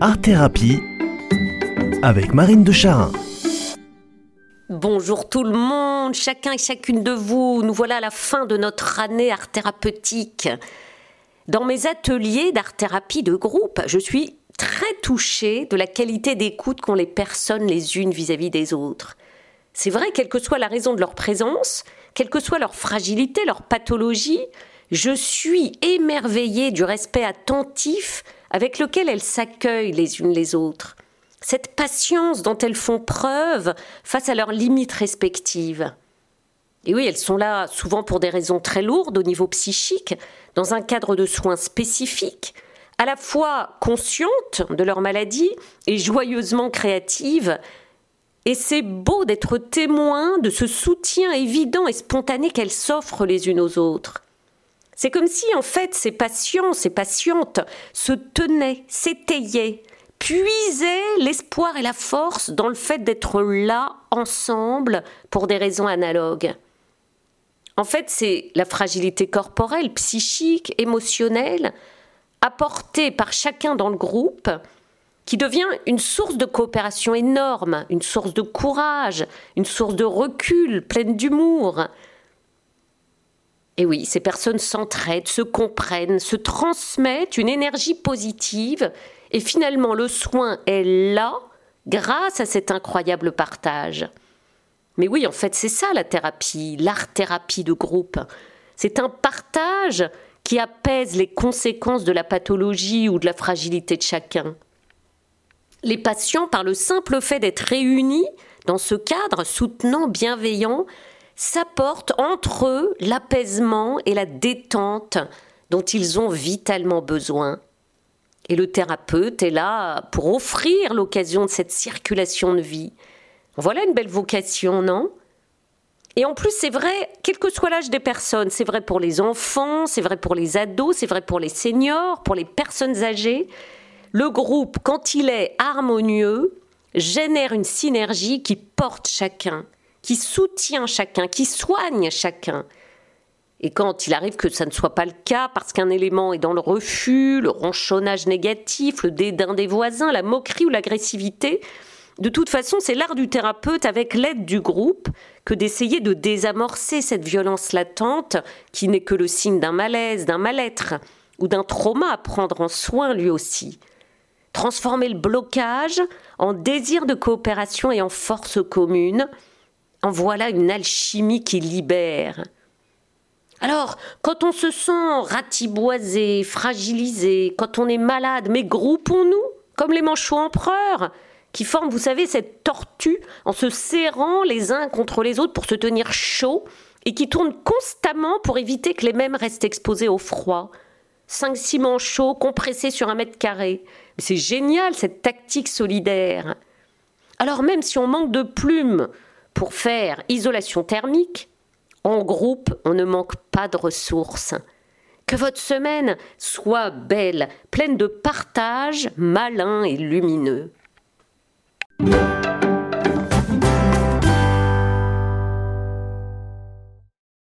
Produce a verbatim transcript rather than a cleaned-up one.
Art Thérapie avec Marine de Charin. Bonjour tout le monde, chacun et chacune de vous. Nous voilà à la fin de notre année art thérapeutique. Dans mes ateliers d'art thérapie de groupe, je suis très touchée de la qualité d'écoute qu'ont les personnes les unes vis-à-vis des autres. C'est vrai, quelle que soit la raison de leur présence, quelle que soit leur fragilité, leur pathologie, je suis émerveillée du respect attentif avec lequel elles s'accueillent les unes les autres. Cette patience dont elles font preuve face à leurs limites respectives. Et oui, elles sont là souvent pour des raisons très lourdes au niveau psychique, dans un cadre de soins spécifiques, à la fois conscientes de leur maladie et joyeusement créatives. Et c'est beau d'être témoin de ce soutien évident et spontané qu'elles s'offrent les unes aux autres. C'est comme si, en fait, ces patients, ces patientes se tenaient, s'étayaient, puisaient l'espoir et la force dans le fait d'être là, ensemble, pour des raisons analogues. En fait, c'est la fragilité corporelle, psychique, émotionnelle, apportée par chacun dans le groupe, qui devient une source de coopération énorme, une source de courage, une source de recul, pleine d'humour. Et oui, ces personnes s'entraident, se comprennent, se transmettent une énergie positive et finalement le soin est là grâce à cet incroyable partage. Mais oui, en fait, c'est ça la thérapie, l'art-thérapie de groupe. C'est un partage qui apaise les conséquences de la pathologie ou de la fragilité de chacun. Les patients, par le simple fait d'être réunis dans ce cadre soutenant, bienveillant, s'apportent entre eux l'apaisement et la détente dont ils ont vitalement besoin. Et le thérapeute est là pour offrir l'occasion de cette circulation de vie. Voilà une belle vocation, non ? Et en plus, c'est vrai, quel que soit l'âge des personnes, c'est vrai pour les enfants, c'est vrai pour les ados, c'est vrai pour les seniors, pour les personnes âgées. Le groupe, quand il est harmonieux, génère une synergie qui porte chacun, qui soutient chacun, qui soigne chacun. Et quand il arrive que ça ne soit pas le cas, parce qu'un élément est dans le refus, le ronchonnage négatif, le dédain des voisins, la moquerie ou l'agressivité, de toute façon, c'est l'art du thérapeute, avec l'aide du groupe, que d'essayer de désamorcer cette violence latente qui n'est que le signe d'un malaise, d'un mal-être ou d'un trauma à prendre en soin lui aussi. Transformer le blocage en désir de coopération et en force commune, en voilà une alchimie qui libère. Alors, quand on se sent ratiboisé, fragilisé, quand on est malade, mais groupons-nous, comme les manchots empereurs, qui forment, vous savez, cette tortue en se serrant les uns contre les autres pour se tenir chaud et qui tournent constamment pour éviter que les mêmes restent exposés au froid. Cinq, six manchots compressés sur un mètre carré. C'est génial, cette tactique solidaire. Alors même si on manque de plumes pour faire isolation thermique, en groupe, on ne manque pas de ressources. Que votre semaine soit belle, pleine de partage, malin et lumineux.